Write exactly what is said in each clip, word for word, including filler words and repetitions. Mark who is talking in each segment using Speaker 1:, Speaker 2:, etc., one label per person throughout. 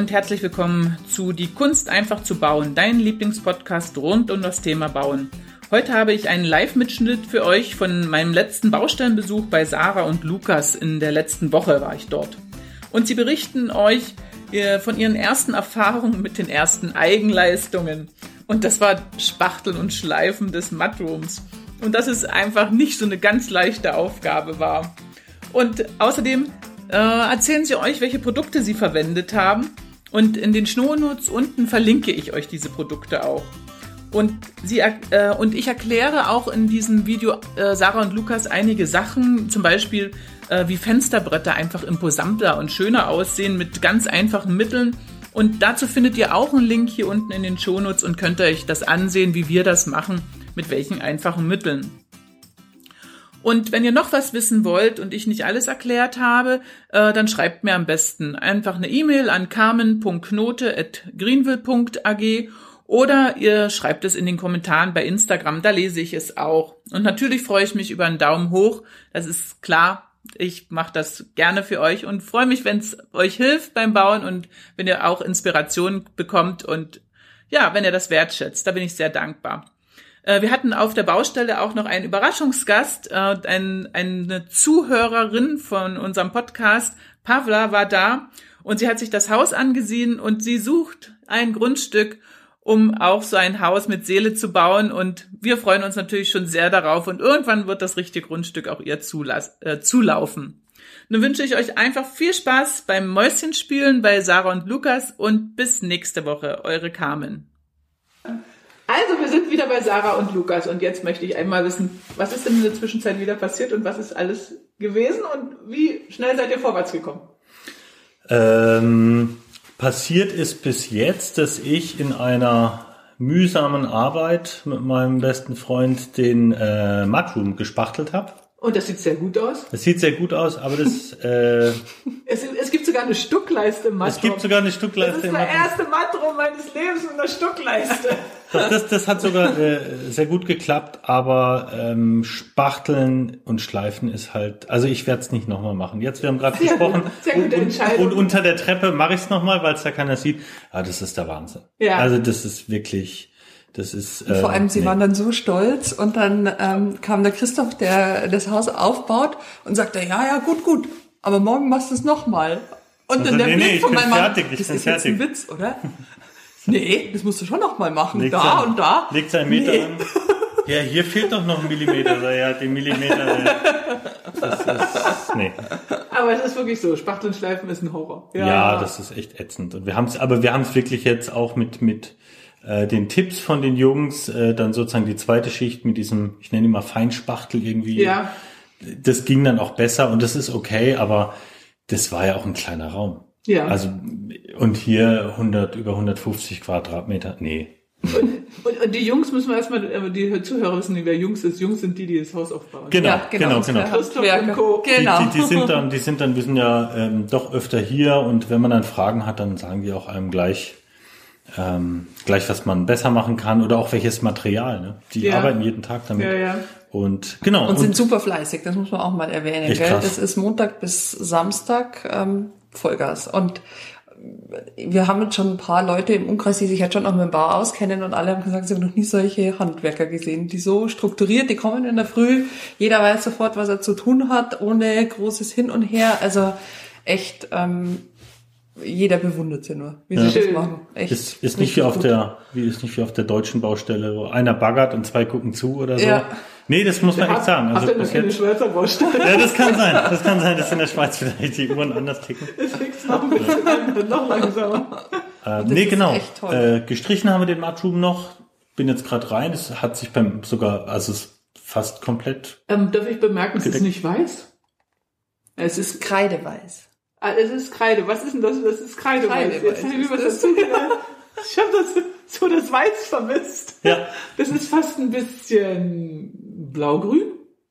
Speaker 1: und herzlich willkommen zu Die Kunst einfach zu bauen, dein Lieblingspodcast rund um das Thema Bauen. Heute habe ich einen Live-Mitschnitt für euch von meinem letzten Baustellenbesuch bei Sarah und Lukas. In der letzten Woche war ich dort. Und sie berichten euch von ihren ersten Erfahrungen mit den ersten Eigenleistungen. Und das war Spachteln und Schleifen des Mudrooms. Und dass es einfach nicht so eine ganz leichte Aufgabe war. Und außerdem äh, erzählen sie euch, welche Produkte sie verwendet haben. Und in den Shownotes unten verlinke ich euch diese Produkte auch. Und, sie, äh, und ich erkläre auch in diesem Video äh, Sarah und Lukas einige Sachen, zum Beispiel äh, wie Fensterbretter einfach imposanter und schöner aussehen mit ganz einfachen Mitteln. Und dazu findet ihr auch einen Link hier unten in den Shownotes und könnt euch das ansehen, wie wir das machen, mit welchen einfachen Mitteln. Und wenn ihr noch was wissen wollt und ich nicht alles erklärt habe, äh, dann schreibt mir am besten einfach eine E-Mail an carmen punkt knote at greenville punkt a g oder ihr schreibt es in den Kommentaren bei Instagram, da lese ich es auch. Und natürlich freue ich mich über einen Daumen hoch, das ist klar. Ich mache das gerne für euch und freue mich, wenn es euch hilft beim Bauen und wenn ihr auch Inspiration bekommt und ja, wenn ihr das wertschätzt, da bin ich sehr dankbar. Äh, wir hatten auf der Baustelle auch noch einen Überraschungsgast, äh, ein, eine Zuhörerin von unserem Podcast, Pavla, war da und sie hat sich das Haus angesehen und sie sucht ein Grundstück, um auch so ein Haus mit Seele zu bauen. Und wir freuen uns natürlich schon sehr darauf. Und irgendwann wird das richtige Grundstück auch ihr zulass, äh, zulaufen. Nun wünsche ich euch einfach viel Spaß beim Mäuschenspielen bei Sarah und Lukas und bis nächste Woche. Eure Carmen. Also, wir sind wieder bei Sarah und Lukas. Und jetzt möchte ich einmal wissen, was ist denn in der Zwischenzeit wieder passiert und was ist alles gewesen und wie schnell seid ihr vorwärts gekommen?
Speaker 2: Ähm... Passiert ist bis jetzt, dass ich in einer mühsamen Arbeit mit meinem besten Freund den äh, Mudroom gespachtelt habe.
Speaker 1: Und das sieht sehr gut aus.
Speaker 2: Das sieht sehr gut aus, aber das... Äh,
Speaker 1: es, es gibt sogar eine Stuckleiste im Mudroom.
Speaker 2: Es gibt sogar eine Stuckleiste im
Speaker 1: Mudroom. Das ist der erste Mudroom meines Lebens mit einer Stuckleiste.
Speaker 2: Das, das hat sogar äh, sehr gut geklappt, aber ähm, Spachteln und Schleifen ist halt... Also ich werde es nicht nochmal machen. Jetzt, wir haben gerade gesprochen.
Speaker 1: Sehr gute
Speaker 2: und,
Speaker 1: Entscheidung.
Speaker 2: Und unter der Treppe mache ich es nochmal, weil es da keiner sieht. Ah, das ist der Wahnsinn.
Speaker 1: Ja.
Speaker 2: Also das ist wirklich... Das ist, äh,
Speaker 3: Vor allem, sie
Speaker 2: nee.
Speaker 3: waren dann so stolz und dann ähm, kam der Christoph, der das Haus aufbaut und sagte, ja, ja, gut, gut, aber morgen machst du es nochmal. Und
Speaker 2: also,
Speaker 3: dann der
Speaker 2: nee,
Speaker 3: Blick
Speaker 2: nee, ich
Speaker 3: von
Speaker 2: bin
Speaker 3: meinem Mann,
Speaker 2: fertig, ich
Speaker 3: das
Speaker 2: bin
Speaker 3: ist
Speaker 2: fertig.
Speaker 3: jetzt ein Witz, oder? Nee, das musst du schon nochmal machen,
Speaker 2: Legt
Speaker 3: da
Speaker 2: ein,
Speaker 3: und da.
Speaker 2: Legt einen Meter
Speaker 3: nee.
Speaker 2: an. Ja, hier fehlt doch noch ein Millimeter. Ja, den Millimeter. Das ist, nee.
Speaker 1: Aber es ist wirklich so, Spachteln, Schleifen ist ein Horror.
Speaker 2: Ja, ja, das ist echt ätzend. Und wir haben es, aber wir haben es wirklich jetzt auch mit mit äh, den Tipps von den Jungs, äh, dann sozusagen die zweite Schicht mit diesem, ich nenne ihn mal Feinspachtel irgendwie.
Speaker 1: Ja.
Speaker 2: Das ging dann auch besser und das ist okay, aber das war ja auch ein kleiner Raum.
Speaker 1: Ja.
Speaker 2: Also und hier hundert über hundertfünfzig Quadratmeter. Nee.
Speaker 1: Und, und, und die Jungs müssen wir erstmal, die Zuhörer wissen nicht, wer Jungs ist. Jungs sind die, die das Haus aufbauen.
Speaker 2: Genau,
Speaker 3: ja,
Speaker 2: genau, genau. genau.
Speaker 1: Christoph und Co.
Speaker 3: Genau.
Speaker 2: Die, die, die sind dann, die sind dann, wir sind ja ähm, doch öfter hier und wenn man dann Fragen hat, dann sagen die auch einem gleich, ähm, gleich was man besser machen kann oder auch welches Material. Ne? Die
Speaker 1: Ja.
Speaker 2: arbeiten jeden Tag damit.
Speaker 1: Ja, ja.
Speaker 2: Und genau.
Speaker 3: Und sind super fleißig, das muss man auch mal erwähnen.
Speaker 2: Echt
Speaker 3: Gell?
Speaker 2: krass.
Speaker 3: Das ist Montag bis Samstag ähm, Vollgas. Und wir haben jetzt schon ein paar Leute im Umkreis, die sich jetzt schon auch mit dem Bau auskennen und alle haben gesagt, sie haben noch nie solche Handwerker gesehen, die so strukturiert, die kommen in der Früh, jeder weiß sofort, was er zu tun hat, ohne großes Hin und Her. Also echt, ähm, jeder bewundert sie nur, wie
Speaker 2: Ja.
Speaker 3: sie das machen. Echt
Speaker 2: ist, ist nicht wie auf
Speaker 3: gut.
Speaker 2: der, wie ist nicht wie auf der deutschen Baustelle, wo einer baggert und zwei gucken zu oder so.
Speaker 3: Ja.
Speaker 2: Nee, das muss man echt sagen.
Speaker 1: Hast
Speaker 2: Also
Speaker 1: du denn
Speaker 2: bis
Speaker 1: das eine
Speaker 2: jetzt,
Speaker 1: Schweizer Baustelle?
Speaker 2: ja, das kann sein. Das kann sein, dass in der Schweiz vielleicht die Uhren anders ticken.
Speaker 1: Das liegt noch ein bisschen noch langsamer.
Speaker 2: Äh,
Speaker 3: das
Speaker 2: nee,
Speaker 3: ist
Speaker 2: genau.
Speaker 3: echt toll.
Speaker 2: Äh, gestrichen haben wir den Mudroom noch. Bin jetzt gerade rein. Es hat sich beim sogar, also es ist fast komplett.
Speaker 1: Ähm, darf ich bemerken, es ist
Speaker 2: Gedeckt.
Speaker 1: nicht weiß? Es ist,
Speaker 3: Kreideweiß.
Speaker 1: ah, es ist Kreide. Was ist denn das? Das ist Kreideweiß.
Speaker 3: Kreideweiß
Speaker 1: Jetzt habe ich mir was
Speaker 3: ist das.
Speaker 1: dazu gelernt. Ich habe das so das Weiß vermisst.
Speaker 2: Ja.
Speaker 1: Das ist fast ein bisschen blaugrün.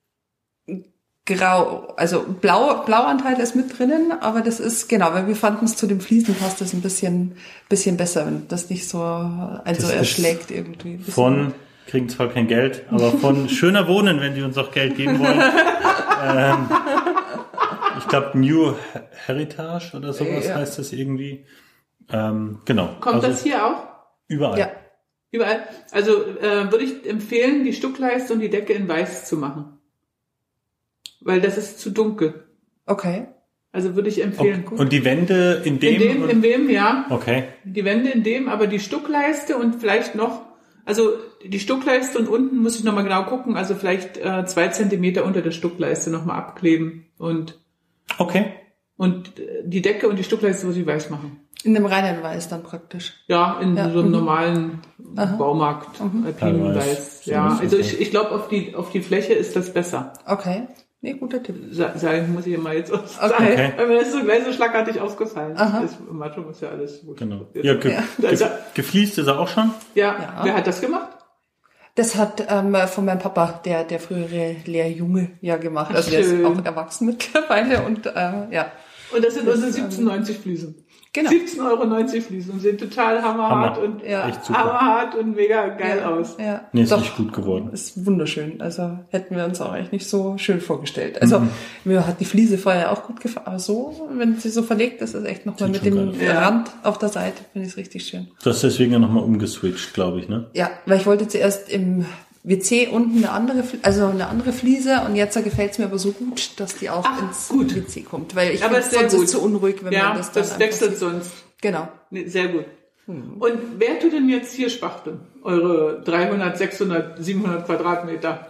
Speaker 3: Grau, also blau, Blauanteil ist mit drinnen, aber das ist, genau, weil wir fanden es zu dem Fliesen passt das ein bisschen, bisschen besser, wenn das nicht so, also
Speaker 2: Das ist
Speaker 3: erschlägt irgendwie. Ein bisschen.
Speaker 2: Von, kriegen zwar kein Geld, aber von schöner Wohnen, wenn die uns auch Geld geben wollen. ähm, ich glaube New Heritage oder sowas
Speaker 3: Ja.
Speaker 2: heißt das irgendwie. Ähm, genau.
Speaker 1: Kommt
Speaker 2: also
Speaker 1: das hier auch?
Speaker 2: Überall.
Speaker 3: Ja.
Speaker 1: Überall. Also äh, würde ich empfehlen, die Stuckleiste und die Decke in weiß zu machen. Weil das ist zu dunkel.
Speaker 3: Okay.
Speaker 1: Also würde ich empfehlen.
Speaker 2: Ob, und die Wände in dem?
Speaker 1: In dem,
Speaker 2: und,
Speaker 1: in dem, ja.
Speaker 2: okay.
Speaker 1: Die Wände in dem, aber die Stuckleiste und vielleicht noch, also die Stuckleiste und unten muss ich nochmal genau gucken, also vielleicht äh, zwei Zentimeter unter der Stuckleiste nochmal abkleben und
Speaker 2: Okay.
Speaker 1: und die Decke und die Stuckleiste muss ich weiß machen.
Speaker 3: In dem reinen Weiß dann praktisch.
Speaker 1: Ja, in
Speaker 3: Ja.
Speaker 1: so einem
Speaker 3: Mhm.
Speaker 1: normalen
Speaker 3: Aha.
Speaker 1: Baumarkt,
Speaker 3: Mhm.
Speaker 1: alpinen
Speaker 2: Weiß.
Speaker 1: Weiß.
Speaker 2: So
Speaker 1: Ja,
Speaker 2: ist es
Speaker 1: also
Speaker 2: auch.
Speaker 1: ich, ich glaube, auf die auf die Fläche ist das besser.
Speaker 3: Okay. Nee, guter Tipp.
Speaker 1: Sa- Sagen muss ich immer jetzt auch
Speaker 3: Okay.
Speaker 1: sagen, weil mir das so gleich so schlagartig aufgefallen
Speaker 3: Aha.
Speaker 1: ist. Im Mathe muss ja alles wurscht.
Speaker 2: Genau. Ja, ge
Speaker 3: Ja.
Speaker 2: ge gefliest ist er auch schon?
Speaker 1: Ja.
Speaker 3: Ja.
Speaker 1: Wer hat das gemacht?
Speaker 3: Das hat ähm, von meinem Papa, der der frühere Lehrjunge, ja gemacht.
Speaker 1: Ach,
Speaker 3: Also der ist
Speaker 1: schön.
Speaker 3: auch erwachsen mittlerweile und äh, ja.
Speaker 1: Und das sind
Speaker 3: Das
Speaker 1: unsere
Speaker 3: ist, ähm,
Speaker 1: siebzehn neunzig Fliesen.
Speaker 3: Genau.
Speaker 1: siebzehn Euro neunzig Fliesen und sehen total hammerhart
Speaker 2: Hammer.
Speaker 1: und
Speaker 3: Ja.
Speaker 2: Echt super.
Speaker 1: hammerhart und mega geil
Speaker 3: ja,
Speaker 1: aus.
Speaker 3: Ja.
Speaker 2: Nee, ist
Speaker 3: Doch,
Speaker 2: nicht gut geworden.
Speaker 3: ist wunderschön. Also hätten wir uns auch echt nicht so schön vorgestellt. Also
Speaker 2: Mhm.
Speaker 3: mir hat die Fliese vorher auch gut gefallen, aber so, wenn sie so verlegt ist, ist echt nochmal
Speaker 2: Sieht
Speaker 3: mit
Speaker 2: schon
Speaker 3: dem
Speaker 1: geil aus. Ja.
Speaker 3: Rand auf der Seite, finde ich es richtig schön.
Speaker 2: Du hast deswegen ja nochmal umgeswitcht, glaube ich, ne?
Speaker 3: Ja, weil ich wollte zuerst im W C unten eine andere, Fl- also eine andere Fliese und jetzt gefällt es mir aber so gut, dass die auch
Speaker 1: Ach,
Speaker 3: ins
Speaker 1: gut.
Speaker 3: W C kommt, weil ich
Speaker 1: Aber
Speaker 3: finde,
Speaker 1: ist sehr
Speaker 3: sonst
Speaker 1: gut.
Speaker 3: ist es zu unruhig, wenn
Speaker 1: Ja,
Speaker 3: man das dann
Speaker 1: das
Speaker 3: einfach
Speaker 1: wechselt
Speaker 3: sieht.
Speaker 1: sonst.
Speaker 3: Genau.
Speaker 1: Nee, sehr gut. Und wer tut denn jetzt hier spachteln? Eure dreihundert, sechshundert, siebenhundert Quadratmeter?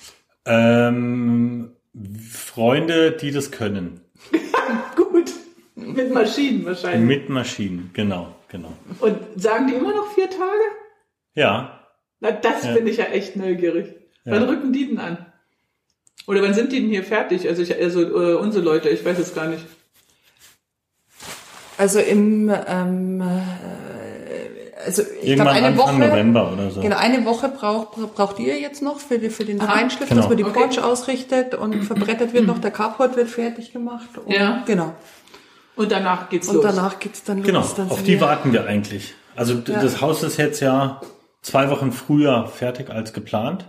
Speaker 2: Ähm, Freunde, die das können.
Speaker 1: Gut. Mit Maschinen wahrscheinlich.
Speaker 2: Mit Maschinen, genau, genau.
Speaker 1: Und sagen die immer noch vier Tage?
Speaker 2: Ja,
Speaker 1: Na, das
Speaker 2: Ja.
Speaker 1: bin ich ja echt neugierig.
Speaker 2: Ja.
Speaker 1: Wann rücken die denn an? Oder wann sind die denn hier fertig? Also, ich, also äh, unsere Leute, ich weiß es gar nicht.
Speaker 3: Also im, ähm, äh, also ich glaube
Speaker 2: irgendwann
Speaker 3: eine
Speaker 2: Anfang
Speaker 3: Woche,
Speaker 2: November oder so.
Speaker 3: genau eine Woche braucht braucht ihr jetzt noch für die, für den
Speaker 1: Aha.
Speaker 3: Feinschliff,
Speaker 2: Genau.
Speaker 3: dass man die
Speaker 1: Okay.
Speaker 3: Porch ausrichtet und verbrettert wird noch, der Carport wird fertig gemacht. Und,
Speaker 1: Ja.
Speaker 3: Genau.
Speaker 1: Und danach geht's
Speaker 3: Und
Speaker 1: los.
Speaker 3: danach geht's dann los.
Speaker 2: Genau,
Speaker 3: Dann
Speaker 2: auf
Speaker 3: sind
Speaker 2: die
Speaker 3: wir-
Speaker 2: warten wir eigentlich. Also d-
Speaker 3: Ja.
Speaker 2: das Haus ist jetzt ja zwei Wochen früher fertig als geplant.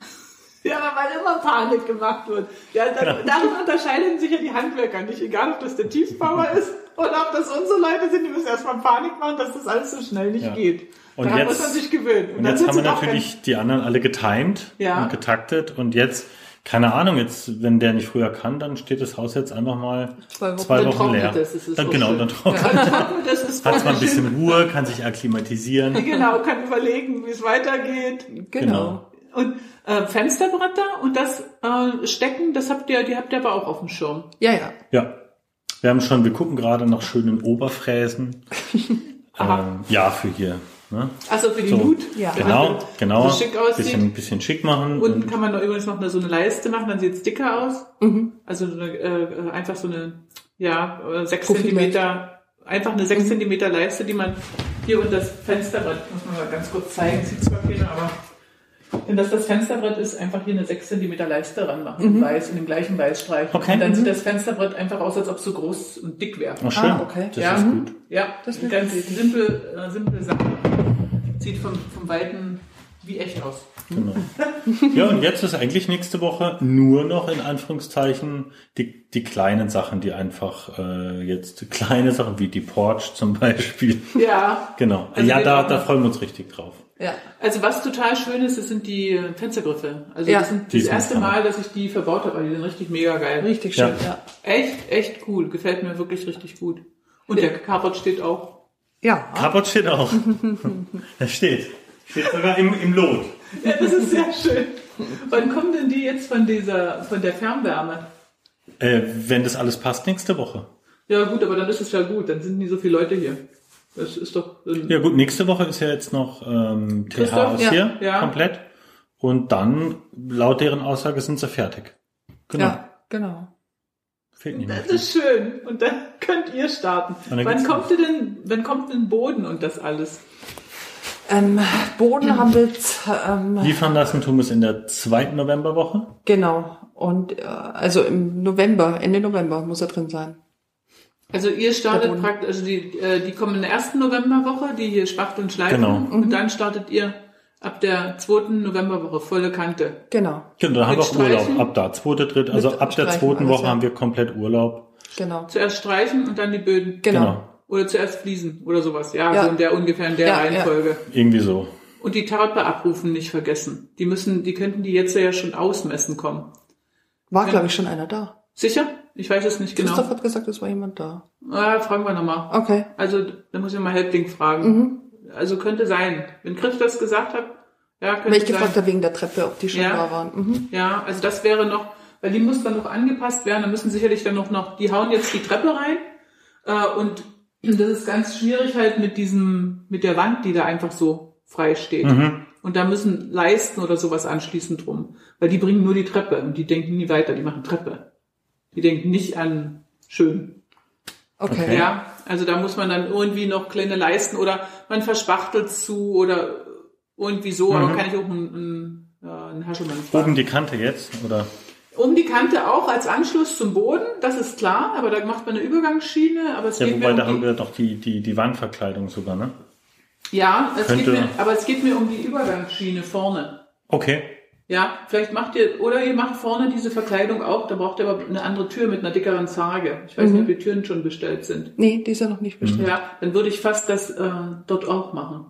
Speaker 1: Ja, aber weil immer Panik gemacht wird. Ja, da,
Speaker 2: Genau.
Speaker 1: darin unterscheiden sich ja die Handwerker nicht. Egal, ob das der Tiefbauer ist oder ob das unsere Leute sind, die müssen erstmal Panik machen, dass das alles so schnell nicht
Speaker 2: Ja.
Speaker 1: geht.
Speaker 2: Und
Speaker 1: Daran
Speaker 2: jetzt-
Speaker 1: muss man sich gewöhnen.
Speaker 2: Und
Speaker 1: dann
Speaker 2: jetzt
Speaker 1: sind
Speaker 2: haben wir
Speaker 1: sie doch
Speaker 2: natürlich die anderen alle getimed
Speaker 1: Ja.
Speaker 2: und getaktet. Und jetzt, keine Ahnung, jetzt, wenn der nicht früher kann, dann steht das Haus jetzt einfach mal
Speaker 3: Zwei Wochen.
Speaker 2: zwei
Speaker 1: Dann
Speaker 2: Wochen
Speaker 1: trocknet
Speaker 2: leer.
Speaker 1: es, das ist
Speaker 2: dann,
Speaker 1: so
Speaker 2: genau,
Speaker 1: schön.
Speaker 2: dann trocknet
Speaker 1: ganz- Dann trocknet es, ist
Speaker 2: hat man ein
Speaker 1: voll schön.
Speaker 2: bisschen Ruhe, kann sich akklimatisieren.
Speaker 1: Genau, kann überlegen, wie es weitergeht.
Speaker 3: Genau.
Speaker 2: Genau.
Speaker 1: Und äh, Fensterbretter und das äh, Stecken, das habt ihr, die habt ihr aber auch auf dem Schirm.
Speaker 3: Ja, ja.
Speaker 2: Ja. Wir haben schon, wir gucken gerade nach schönen Oberfräsen.
Speaker 1: Aha.
Speaker 2: ähm, ja, für hier. Ne?
Speaker 1: Also für die
Speaker 2: So,
Speaker 1: Nut.
Speaker 3: Ja.
Speaker 2: Genau, genau.
Speaker 1: So schick aussieht.
Speaker 2: Bisschen, bisschen schick machen.
Speaker 1: Unten
Speaker 2: und-
Speaker 1: kann man da übrigens noch eine, so eine Leiste machen, dann sieht es dicker aus.
Speaker 3: Mhm.
Speaker 1: Also so eine, äh, einfach so eine, ja, äh, sechs
Speaker 3: Profil-
Speaker 1: Zentimeter, einfach eine sechs Zentimeter Leiste, die man hier unter das Fensterbrett, muss man mal ganz kurz zeigen, sieht zwar keiner, aber wenn das das Fensterbrett ist, einfach hier eine sechs Zentimeter Leiste ranmachen, in weiß, in dem gleichen Weißstreich.
Speaker 2: Okay.
Speaker 1: Und dann
Speaker 3: Mhm.
Speaker 1: sieht das Fensterbrett einfach aus, als ob es so groß und dick wäre.
Speaker 2: Oh, schön.
Speaker 3: Ah, okay.
Speaker 2: Das
Speaker 1: Ja.
Speaker 2: ist gut.
Speaker 1: Ja,
Speaker 3: Das
Speaker 1: das
Speaker 3: ist
Speaker 1: ist ganz
Speaker 3: eine gute Idee.
Speaker 1: simpel, äh, simple Sache. Sieht vom, vom Weiten wie echt aus.
Speaker 2: Genau. Ja, und jetzt ist eigentlich nächste Woche nur noch in Anführungszeichen die, die kleinen Sachen, die einfach äh, jetzt kleine Sachen wie die Porch zum Beispiel.
Speaker 1: Ja.
Speaker 2: Genau.
Speaker 1: Also
Speaker 2: ja,
Speaker 1: wir
Speaker 2: da,
Speaker 1: brauchen-
Speaker 2: da freuen wir uns richtig drauf.
Speaker 3: Ja.
Speaker 1: Also was total schön ist, das sind die Fenstergriffe. Also
Speaker 3: Ja.
Speaker 1: das sind
Speaker 2: Die
Speaker 1: das
Speaker 2: sind
Speaker 1: erste
Speaker 2: Hammer.
Speaker 1: Mal, dass ich die verbaut habe, aber die sind richtig mega geil.
Speaker 3: Richtig schön,
Speaker 2: Ja.
Speaker 3: ja.
Speaker 1: Echt, echt cool. Gefällt mir wirklich richtig gut. Und der Carport steht auch.
Speaker 3: Ja.
Speaker 2: Carport steht auch. Das steht. Steht sogar im, im Lot.
Speaker 1: Ja, das ist sehr schön. Wann kommen denn die jetzt von dieser, von der Fernwärme?
Speaker 2: Äh, wenn das alles passt, nächste Woche.
Speaker 1: Ja gut, aber dann ist es ja gut. Dann sind nie so viele Leute hier. Das ist doch... ähm,
Speaker 2: Ja gut, nächste Woche ist ja jetzt noch ähm, T H
Speaker 1: Christoph,
Speaker 2: aus
Speaker 1: ja,
Speaker 2: hier
Speaker 1: ja.
Speaker 2: komplett. Und dann, laut deren Aussage, sind sie fertig. Genau.
Speaker 3: Ja, genau.
Speaker 2: Fehlt nicht mehr.
Speaker 1: Das ist schön. Und dann könnt ihr starten.
Speaker 2: Und dann
Speaker 1: Wann
Speaker 2: geht's
Speaker 1: kommt ihr denn, wann kommt denn Boden und das alles?
Speaker 3: Ähm, Boden haben wir jetzt, ähm,
Speaker 2: Liefern lassen tun wir es in der zweiten Novemberwoche.
Speaker 3: genau. Und äh, also im November, Ende November muss er drin sein.
Speaker 1: Also ihr
Speaker 3: Der
Speaker 1: startet
Speaker 3: Boden.
Speaker 1: praktisch, also die, äh, die kommen in der ersten Novemberwoche, die hier Spacht und Schleifen.
Speaker 2: Genau.
Speaker 1: Und dann startet ihr ab der zweiten Novemberwoche volle Kante.
Speaker 3: Genau,
Speaker 2: Genau, dann haben wir auch
Speaker 1: Mit Streichen?
Speaker 2: Urlaub. Ab da, zweite, dritte, also
Speaker 3: Mit
Speaker 2: ab der
Speaker 3: Streichen
Speaker 2: zweiten
Speaker 3: alles,
Speaker 2: Woche
Speaker 3: ja.
Speaker 2: haben wir komplett Urlaub.
Speaker 3: genau.
Speaker 1: Zuerst streichen und dann die Böden.
Speaker 3: Genau.
Speaker 2: Genau.
Speaker 1: Oder zuerst Fliesen oder sowas. Ja,
Speaker 3: Ja.
Speaker 1: so in der ungefähr in der
Speaker 3: Ja,
Speaker 1: Reihenfolge.
Speaker 2: Irgendwie so.
Speaker 1: Und die Treppe abrufen nicht vergessen. Die müssen, die könnten die jetzt ja schon ausmessen kommen.
Speaker 3: War, glaube ich, schon einer da.
Speaker 1: Sicher? Ich weiß es nicht genau.
Speaker 3: Christoph hat gesagt, es war jemand da.
Speaker 1: Ah, fragen wir nochmal.
Speaker 3: Okay.
Speaker 1: Also, da muss ich mal Helpling fragen.
Speaker 3: Mhm.
Speaker 1: Also könnte sein. Wenn Chris das gesagt hat, ja, könnte
Speaker 3: Weil ich
Speaker 1: sein.
Speaker 3: gefragt habe wegen der Treppe, ob die schon
Speaker 1: Ja.
Speaker 3: da waren. Mhm.
Speaker 1: Ja, also das wäre noch, weil die muss dann noch angepasst werden, da müssen sicherlich dann noch, noch, die hauen jetzt die Treppe rein, äh, und das ist ganz schwierig halt mit diesem, mit der Wand, die da einfach so frei steht.
Speaker 2: Mhm.
Speaker 1: Und da müssen Leisten oder sowas anschließend drum, weil die bringen nur die Treppe und die denken nie weiter, die machen Treppe. Die denken nicht an schön.
Speaker 3: Okay.
Speaker 2: Okay.
Speaker 1: Ja, also da muss man dann irgendwie noch kleine Leisten oder man verspachtelt zu oder irgendwie so, aber kann ich auch einen, einen, ja, einen Haschemann fragen.
Speaker 2: Oben die Kante jetzt, oder?
Speaker 1: Um die Kante auch als Anschluss zum Boden, das ist klar, aber da macht man eine Übergangsschiene, aber es
Speaker 2: Ja,
Speaker 1: geht
Speaker 2: wobei
Speaker 1: mir um
Speaker 2: da
Speaker 1: die,
Speaker 2: haben wir doch die, die, die Wandverkleidung sogar, ne?
Speaker 1: ja, es geht
Speaker 2: könnte-
Speaker 1: mir, aber es geht mir um die Übergangsschiene vorne.
Speaker 2: Okay.
Speaker 1: Ja, vielleicht macht ihr, oder ihr macht vorne diese Verkleidung auch, da braucht ihr aber eine andere Tür mit einer dickeren Zarge. Ich weiß
Speaker 3: Mhm.
Speaker 1: nicht, ob die Türen schon bestellt sind.
Speaker 3: Nee, die ist ja noch nicht bestellt.
Speaker 1: Ja, dann würde ich fast das äh, dort auch machen.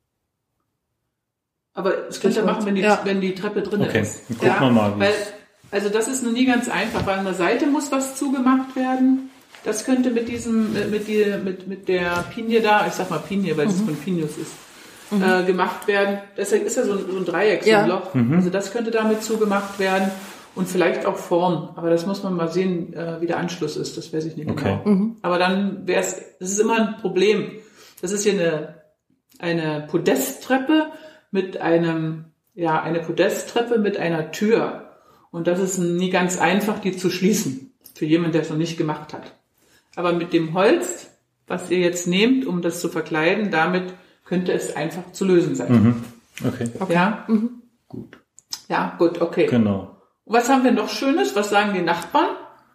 Speaker 1: Aber es könnt ihr
Speaker 3: Das
Speaker 1: machen, wenn die,
Speaker 3: ja.
Speaker 1: wenn die Treppe drin
Speaker 2: Okay,
Speaker 1: ist.
Speaker 2: dann gucken wir mal, wie
Speaker 1: weil,
Speaker 2: es-
Speaker 1: also das ist noch nie ganz einfach, weil an der Seite muss was zugemacht werden. Das könnte mit diesem, mit, mit, die, mit, mit der Pinie da, ich sag mal Pinie, weil es von Pinius ist, äh, gemacht werden. Deshalb ist ja so ein, so ein Dreieck, so
Speaker 3: Ja.
Speaker 1: ein Loch. Also das könnte damit zugemacht werden und vielleicht auch vorn. Aber das muss man mal sehen, äh, wie der Anschluss ist. Das weiß ich nicht
Speaker 2: Okay.
Speaker 1: genau. Aber dann wäre es, das ist immer ein Problem. Das ist hier eine, eine Podesttreppe mit einem, ja, eine Podesttreppe mit einer Tür. Und das ist nie ganz einfach, die zu schließen. Für jemanden, der es noch nicht gemacht hat. Aber mit dem Holz, was ihr jetzt nehmt, um das zu verkleiden, damit könnte es einfach zu lösen sein.
Speaker 2: Mhm. Okay.
Speaker 1: Ja?
Speaker 2: Gut.
Speaker 1: Ja, gut, okay.
Speaker 2: Genau.
Speaker 1: Was haben wir noch Schönes? Was sagen die Nachbarn?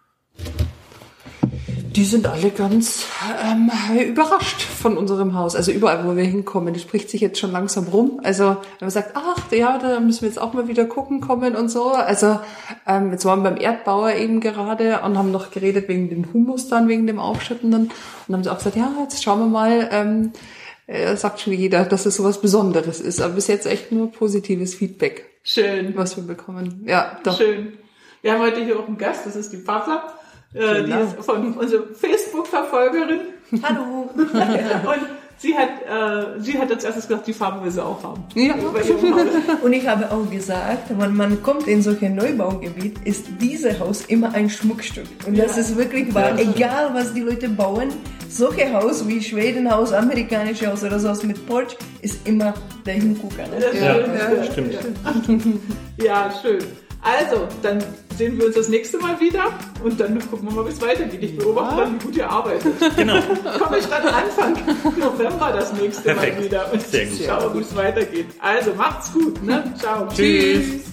Speaker 3: Die sind alle ganz ähm, überrascht von unserem Haus. Also überall, wo wir hinkommen. Das spricht sich jetzt schon langsam rum. Also wenn man sagt, ach ja, da müssen wir jetzt auch mal wieder gucken kommen und so. Also ähm, jetzt waren wir beim Erdbauer eben gerade und haben noch geredet wegen dem Humus dann, wegen dem Aufschüttenden. Und haben sie auch gesagt, ja, jetzt schauen wir mal. Ähm, äh, sagt schon jeder, dass es sowas Besonderes ist. Aber bis jetzt echt nur positives Feedback,
Speaker 1: Schön.
Speaker 3: was wir bekommen. Ja, doch.
Speaker 1: Schön. Wir haben heute hier auch einen Gast, das ist die Papa, äh, die
Speaker 3: Genau.
Speaker 1: ist von unserer Facebook-Verfolgerin.
Speaker 4: Hallo.
Speaker 1: Und sie hat, äh, sie hat als erstes gesagt, die Farbe will sie auch haben.
Speaker 3: Ja.
Speaker 1: Bei ihrem Haus.
Speaker 4: Und ich habe auch gesagt, wenn man kommt in solch ein Neubaugebiet, ist dieses Haus immer ein Schmuckstück. Und das ist wirklich wahr. Egal, was die Leute bauen, solche Haus wie Schwedenhaus, amerikanische Haus oder sowas mit Porch, ist immer der Hingucker. Ne?
Speaker 1: Das ist
Speaker 2: Ja,
Speaker 1: schön.
Speaker 2: stimmt.
Speaker 1: Ja, schön. Also, dann sehen wir uns das nächste Mal wieder und dann gucken wir mal, wie es weitergeht. Ich beobachte dann, wie gut ihr arbeitet.
Speaker 2: Genau.
Speaker 1: Komme ich dann Anfang November das nächste
Speaker 2: Perfekt.
Speaker 1: Mal wieder und
Speaker 2: Sehr gut.
Speaker 1: schaue, wie es weitergeht. Also, macht's gut. Ne? Ciao.
Speaker 2: Tschüss.